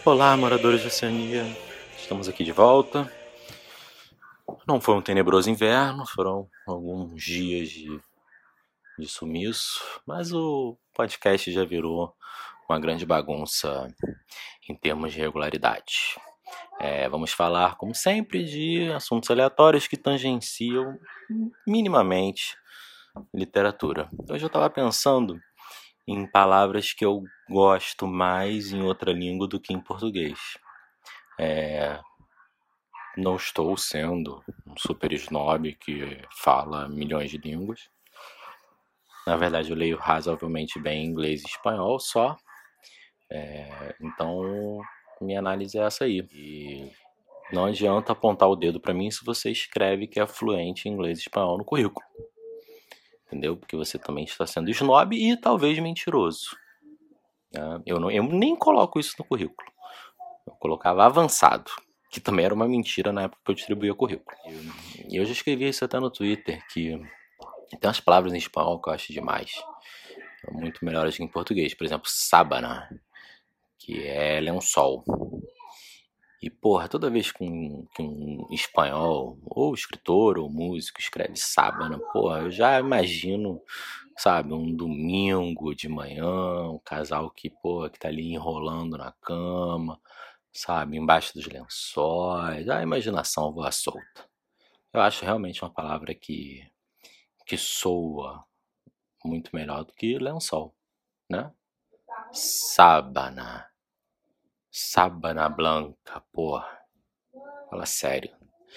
Olá, moradores de Oceania, estamos aqui de volta. Não foi um tenebroso inverno, foram alguns dias de sumiço, mas o podcast já virou uma grande bagunça em termos de regularidade. Vamos falar, como sempre, de assuntos aleatórios que tangenciam minimamente literatura. Hoje eu estava pensando em palavras que eu gosto mais em outra língua do que em português. Não estou sendo um super snob que fala milhões de línguas. Na verdade, eu leio razoavelmente bem inglês e espanhol só. Então, minha análise é essa aí. E não adianta apontar o dedo para mim se você escreve que é fluente em inglês e espanhol no currículo. Entendeu? Porque você também está sendo snob e talvez mentiroso. Eu nem coloco isso no currículo. Eu colocava avançado, que também era uma mentira na época que eu distribuía currículo. E eu já escrevi isso até no Twitter, que tem umas palavras em espanhol que eu acho demais. Muito melhores que em português. Por exemplo, sábana, que é lençol. E, porra, toda vez que um espanhol, ou escritor, ou músico, escreve sábana, porra, eu já imagino, sabe, um domingo de manhã, um casal que, porra, que tá ali enrolando na cama, sabe, embaixo dos lençóis, a imaginação voa solta. Eu acho realmente uma palavra que soa muito melhor do que lençol, né? Sábana. Sábana Blanca, porra. Fala sério.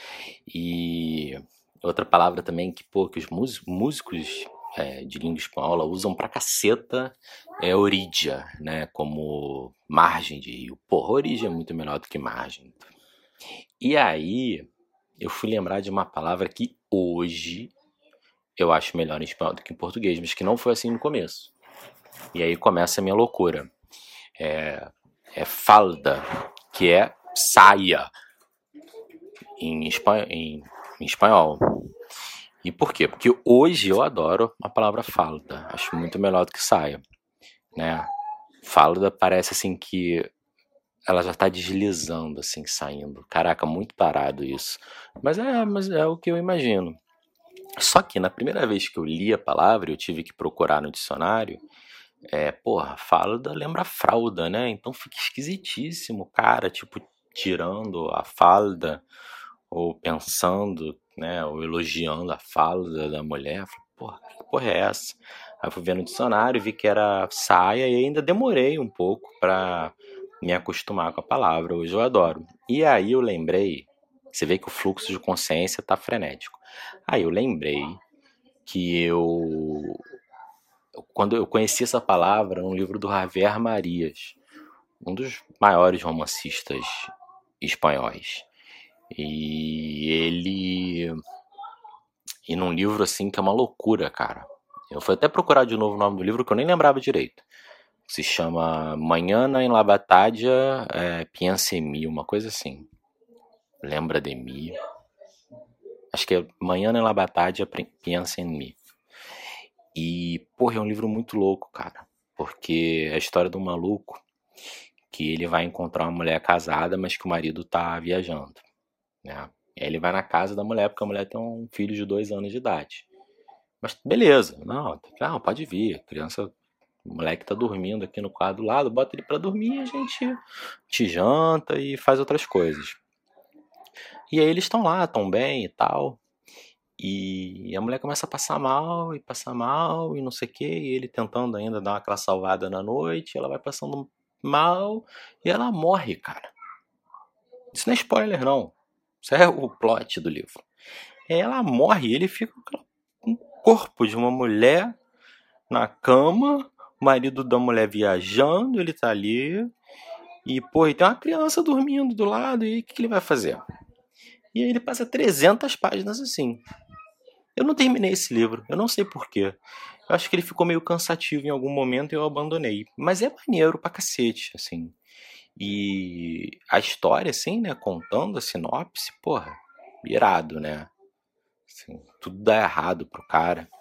E outra palavra também que, pô, que os músicos de língua espanhola usam pra caceta é orídia, né? Como margem de rio. Porra, orígia é muito melhor do que margem. E aí, eu fui lembrar de uma palavra que hoje eu acho melhor em espanhol do que em português, mas que não foi assim no começo. E aí começa a minha loucura. É falda, que é saia em espanhol. E por quê? Porque hoje eu adoro a palavra falda. Acho muito melhor do que saia, né? Falda parece assim que ela já tá deslizando, assim, saindo. Caraca, muito parado isso. Mas é o que eu imagino. Só que na primeira vez que eu li a palavra, eu tive que procurar no dicionário. Porra, falda lembra fralda, né? Então fica esquisitíssimo, cara, tipo, tirando a falda, ou pensando, né, ou elogiando a falda da mulher. Falei, porra, que porra é essa? Aí fui ver no dicionário, vi que era saia e ainda demorei um pouco pra me acostumar com a palavra. Hoje eu adoro. E aí eu lembrei, você vê que o fluxo de consciência tá frenético. Aí eu lembrei que quando eu conheci essa palavra num livro do Javier Marias, um dos maiores romancistas espanhóis. E num livro assim que é uma loucura, cara. Eu fui até procurar de novo o nome do livro que eu nem lembrava direito. Se chama Mañana en la Batalla Piensa en mí, uma coisa assim. Lembra de mim? Acho que é Mañana en la Batalla Piensa en mí. E, porra, é um livro muito louco, cara. Porque é a história de um maluco que ele vai encontrar uma mulher casada, mas que o marido tá viajando, né? E aí ele vai na casa da mulher, porque a mulher tem um filho de 2 anos de idade. Mas beleza, não, pode vir, criança, o moleque tá dormindo aqui no quarto do lado, bota ele pra dormir e a gente te janta e faz outras coisas. E aí eles estão lá, tão bem e tal. E a mulher começa a passar mal e não sei o que, e ele tentando ainda dar aquela salvada na noite, ela vai passando mal e ela morre, cara. Isso não é spoiler, não. Isso é o plot do livro. Ela morre e ele fica com o corpo de uma mulher na cama, o marido da mulher viajando, ele tá ali, e, e tem uma criança dormindo do lado, e o que ele vai fazer? E aí ele passa 300 páginas assim. Eu não terminei esse livro, eu não sei porquê. Eu acho que ele ficou meio cansativo em algum momento e eu abandonei. Mas é maneiro pra cacete, assim. E a história, assim, né, contando a sinopse, porra, irado, né? Assim, tudo dá errado pro cara.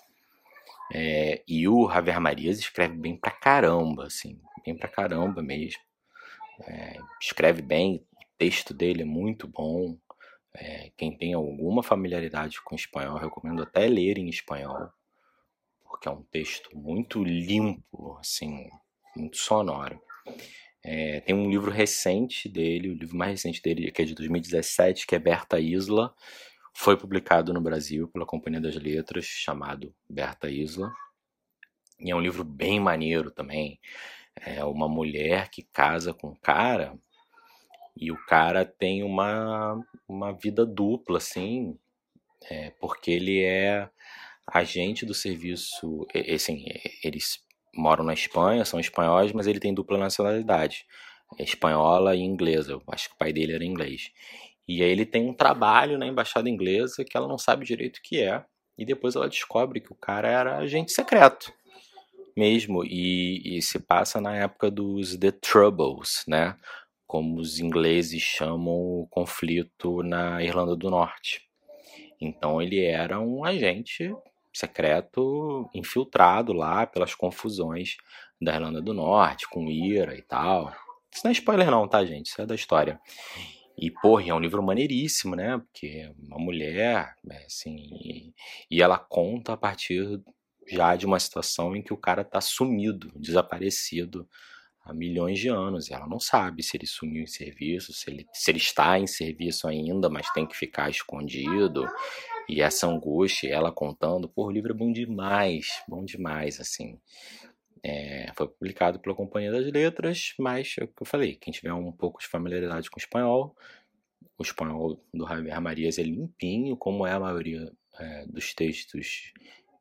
E o Javier Marias escreve bem pra caramba, assim, bem pra caramba mesmo. Escreve bem, o texto dele é muito bom. Quem tem alguma familiaridade com espanhol, eu recomendo até ler em espanhol, porque é um texto muito limpo, assim, muito sonoro. Tem um livro recente dele, o livro mais recente dele, que é de 2017, que é Berta Isla. Foi publicado no Brasil pela Companhia das Letras, chamado Berta Isla. E é um livro bem maneiro também. É uma mulher que casa com um cara, e o cara tem uma vida dupla, assim, porque ele é agente do serviço. Assim, eles moram na Espanha, são espanhóis, mas ele tem dupla nacionalidade, espanhola e inglesa. Eu acho que o pai dele era inglês. E aí ele tem um trabalho na embaixada inglesa que ela não sabe direito o que é. E depois ela descobre que o cara era agente secreto mesmo. E se passa na época dos The Troubles, né? Como os ingleses chamam o conflito na Irlanda do Norte. Então ele era um agente secreto infiltrado lá pelas confusões da Irlanda do Norte, com ira e tal. Isso não é spoiler não, tá, gente? Isso é da história. E, porra, é um livro maneiríssimo, né? Porque é uma mulher, assim, e ela conta a partir já de uma situação em que o cara tá sumido, desaparecido há milhões de anos. E ela não sabe se ele sumiu em serviço, se ele está em serviço ainda, mas tem que ficar escondido. E essa angústia, ela contando, pô, o livro é bom demais, assim. Foi publicado pela Companhia das Letras, mas é o que eu falei, quem tiver um pouco de familiaridade com o espanhol do Javier Marias é limpinho, como é a maioria dos textos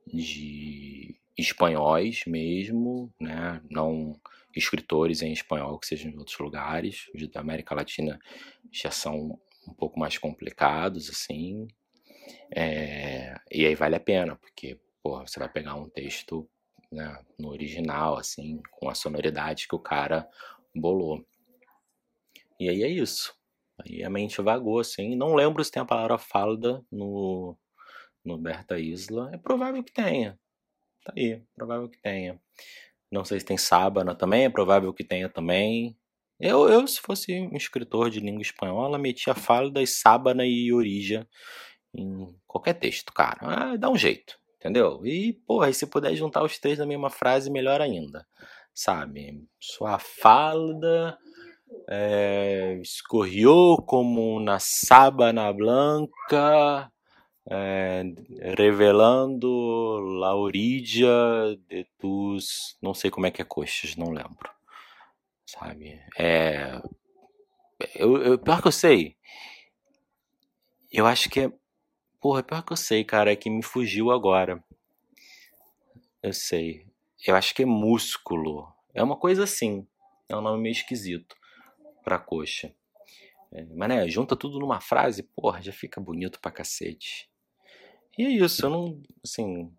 de espanhóis mesmo, né? Não escritores em espanhol que sejam de outros lugares. Os da América Latina já são um pouco mais complicados, assim. E aí vale a pena, porque porra, você vai pegar um texto, né, no original, assim, com a sonoridade que o cara bolou. E aí é isso. Aí a mente vagou, assim. Não lembro se tem a palavra falda no Berta Isla. É provável que tenha. Tá aí, provável que tenha. Não sei se tem sábana também, é provável que tenha também. Se fosse um escritor de língua espanhola, metia falda e sábana e orija em qualquer texto, cara. Dá um jeito, entendeu? E, porra, se puder juntar os três na mesma frase, melhor ainda. Sabe? Sua falda escorrió como una sábana blanca, revelando la orilla de tus... Não sei como é que é coxas, não lembro. Sabe? Pior que eu sei. Eu acho que é... Porra, pior que eu sei, cara, é que me fugiu agora. Eu sei. Eu acho que é músculo. É uma coisa assim. É um nome meio esquisito pra coxa. Mas né, junta tudo numa frase, porra, já fica bonito pra cacete. E é isso, eu não. Assim.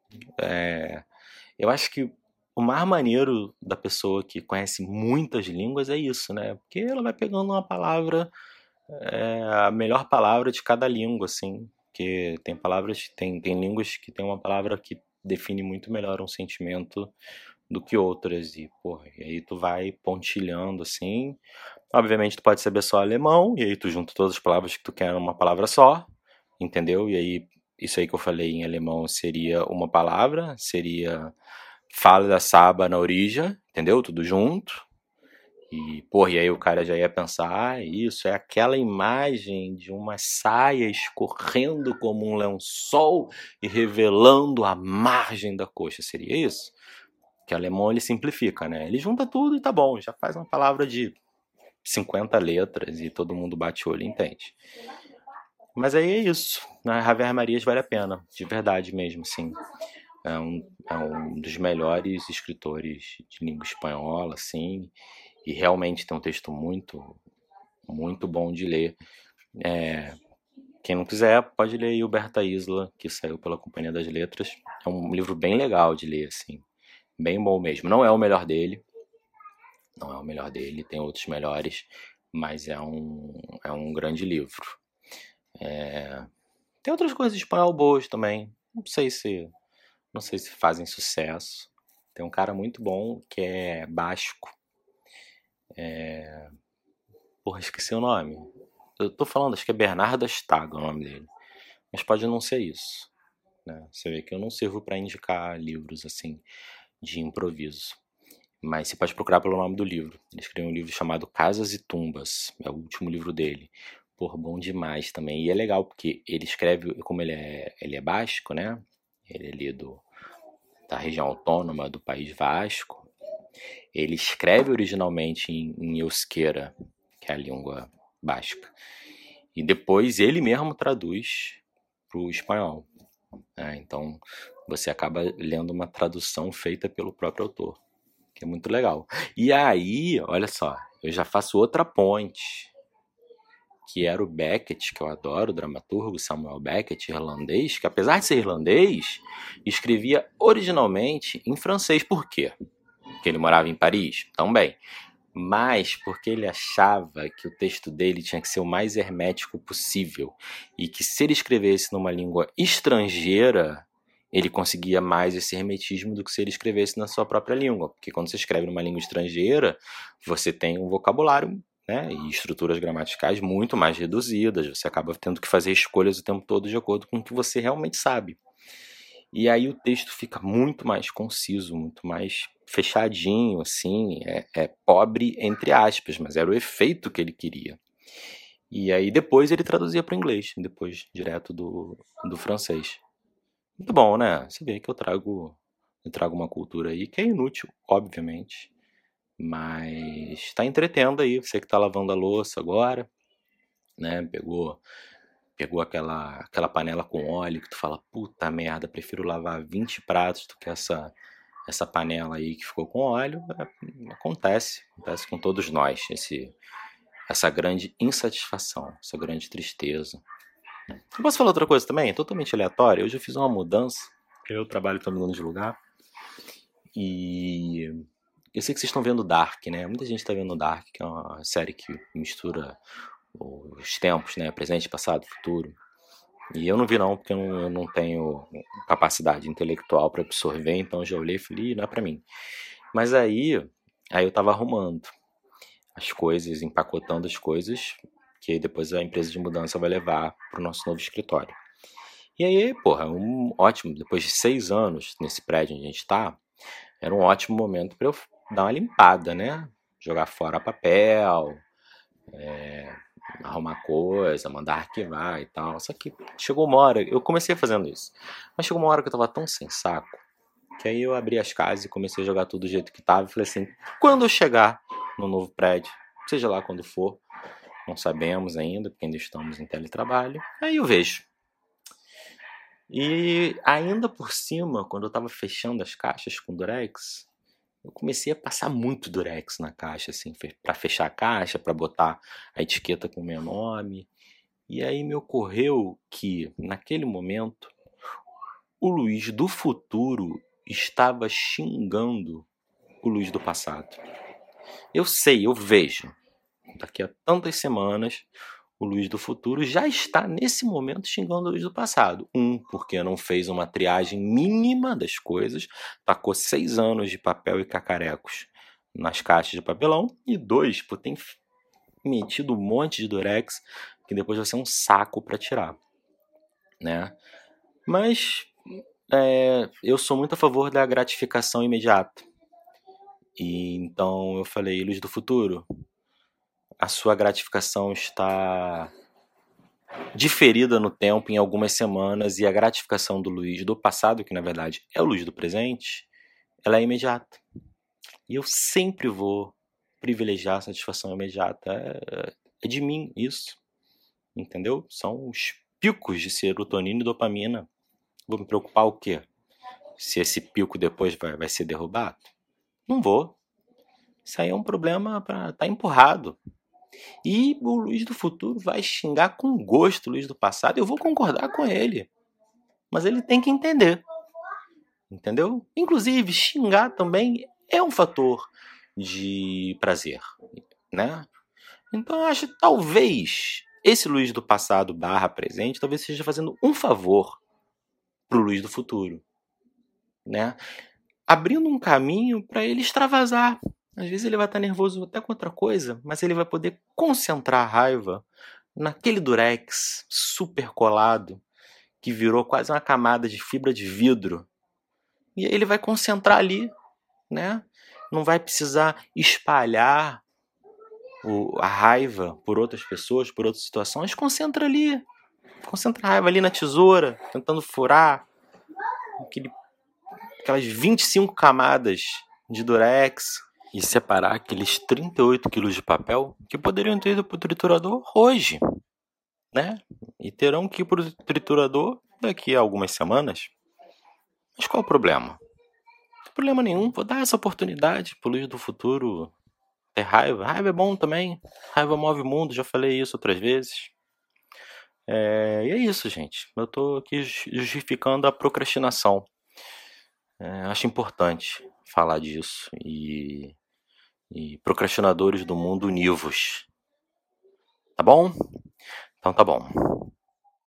Eu acho que o mais maneiro da pessoa que conhece muitas línguas é isso, né? Porque ela vai pegando uma palavra, a melhor palavra de cada língua, assim. Porque tem palavras, tem línguas que tem uma palavra que define muito melhor um sentimento do que outras. E, porra, e aí tu vai pontilhando, assim. Obviamente tu pode saber só alemão, e aí tu junta todas as palavras que tu quer numa palavra só, entendeu? E aí, isso aí que eu falei em alemão seria uma palavra, seria fala da Saba na origem, entendeu? Tudo junto. E, porra, e aí o cara já ia pensar, isso é aquela imagem de uma saia escorrendo como um lençol e revelando a margem da coxa, seria isso? Que o alemão ele simplifica, né? Ele junta tudo e tá bom, já faz uma palavra de 50 letras e todo mundo bate o olho e entende. Mas aí é isso. Na Javier Marias vale a pena, de verdade mesmo, sim. É um dos melhores escritores de língua espanhola, assim, e realmente tem um texto muito, muito bom de ler. Quem não quiser, pode ler aí o Berta Isla, que saiu pela Companhia das Letras. É um livro bem legal de ler, assim, bem bom mesmo. Não é o melhor dele, tem outros melhores, mas é um grande livro. Tem outras coisas de espanhol boas também, não sei se fazem sucesso. Tem um cara muito bom que é basco, Porra, esqueci o nome. Eu tô falando, acho que é Bernardo Staga o nome dele. Mas pode não ser isso, né? Você vê que eu não sirvo pra indicar livros assim de improviso. Mas você pode procurar pelo nome do livro. Ele escreveu um livro chamado Casas e Tumbas. É o último livro dele. Porra, bom demais também. E é legal porque ele escreve, como ele é basco, né? Ele é ali da região autônoma do País Vasco. Ele escreve originalmente em euskera, que é a língua basca. E depois ele mesmo traduz para o espanhol. Então você acaba lendo uma tradução feita pelo próprio autor, que é muito legal. E aí, olha só, eu já faço outra ponte, que era o Beckett, que eu adoro, o dramaturgo Samuel Beckett, irlandês, que apesar de ser irlandês, escrevia originalmente em francês. Por quê? Porque ele morava em Paris? Também. Mas porque ele achava que o texto dele tinha que ser o mais hermético possível e que se ele escrevesse numa língua estrangeira, ele conseguia mais esse hermetismo do que se ele escrevesse na sua própria língua. Porque quando você escreve numa língua estrangeira, você tem um vocabulário, né, e estruturas gramaticais muito mais reduzidas, você acaba tendo que fazer escolhas o tempo todo de acordo com o que você realmente sabe. E aí o texto fica muito mais conciso, muito mais fechadinho, assim, é pobre entre aspas, mas era o efeito que ele queria. E aí depois ele traduzia para o inglês, depois direto do francês. Muito bom, né? Você vê que eu trago uma cultura aí que é inútil, obviamente, mas está entretendo aí, você que está lavando a louça agora, né? Pegou aquela panela com óleo que tu fala, puta merda, prefiro lavar 20 pratos do que essa panela aí que ficou com óleo. Acontece com todos nós, essa grande insatisfação, essa grande tristeza. Eu posso falar outra coisa também? Totalmente aleatória. Hoje eu fiz uma mudança, eu trabalho tô mudando de lugar, e eu sei que vocês estão vendo Dark, né? Muita gente está vendo Dark, que é uma série que mistura os tempos, né? Presente, passado, futuro. E eu não vi não, porque eu não tenho capacidade intelectual para absorver, então eu já olhei e falei, não é para mim. Mas aí eu tava arrumando as coisas, empacotando as coisas, que depois a empresa de mudança vai levar pro nosso novo escritório. E aí, porra, ótimo, depois de 6 anos nesse prédio onde a gente tá, era um ótimo momento para eu dar uma limpada, né? Jogar fora papel, arrumar coisa, mandar arquivar e tal. Só que chegou uma hora, eu comecei fazendo isso, mas chegou uma hora que eu tava tão sem saco, que aí eu abri as casas e comecei a jogar tudo do jeito que tava e falei assim, quando eu chegar no novo prédio, seja lá quando for, não sabemos ainda, porque ainda estamos em teletrabalho, aí eu vejo. E ainda por cima, quando eu tava fechando as caixas com durex, eu comecei a passar muito durex na caixa, assim, para fechar a caixa, para botar a etiqueta com o meu nome. E aí me ocorreu que, naquele momento, o Luiz do futuro estava xingando o Luiz do passado. Eu sei, eu vejo. Daqui a tantas semanas, o Luiz do futuro já está, nesse momento, xingando o Luiz do passado. Porque não fez uma triagem mínima das coisas, tacou 6 anos de papel e cacarecos nas caixas de papelão. E 2, por ter metido um monte de durex, que depois vai ser um saco para tirar, né? Mas eu sou muito a favor da gratificação imediata. E então eu falei, Luiz do futuro, a sua gratificação está diferida no tempo em algumas semanas, e a gratificação do Luiz do passado, que na verdade é o Luiz do presente, ela é imediata. E eu sempre vou privilegiar a satisfação imediata. É de mim isso, entendeu? São os picos de serotonina e dopamina. Vou me preocupar o quê? Se esse pico depois vai ser derrubado? Não vou. Isso aí é um problema para estar empurrado. E o Luiz do futuro vai xingar com gosto o Luiz do passado. Eu vou concordar com ele. Mas ele tem que entender. Entendeu? Inclusive, xingar também é um fator de prazer, né? Então eu acho que talvez esse Luiz do passado / presente talvez esteja fazendo um favor pro Luiz do futuro, né? Abrindo um caminho para ele extravasar, Às vezes ele vai estar nervoso até com outra coisa, mas ele vai poder concentrar a raiva naquele durex super colado que virou quase uma camada de fibra de vidro. E ele vai concentrar ali, né? Não vai precisar espalhar a raiva por outras pessoas, por outras situações. Concentra ali. Concentra a raiva ali na tesoura, tentando furar aquelas 25 camadas de durex e separar aqueles 38 quilos de papel que poderiam ter ido para o triturador hoje, né? E terão que ir para o triturador daqui a algumas semanas. Mas qual o problema? Não tem problema nenhum. Vou dar essa oportunidade pro Luiz do futuro ter raiva. Raiva é bom também. Raiva move o mundo, já falei isso outras vezes. E é isso, gente. Eu tô aqui justificando a procrastinação. Acho importante falar disso. E procrastinadores do mundo univos. Tá bom? Então tá bom.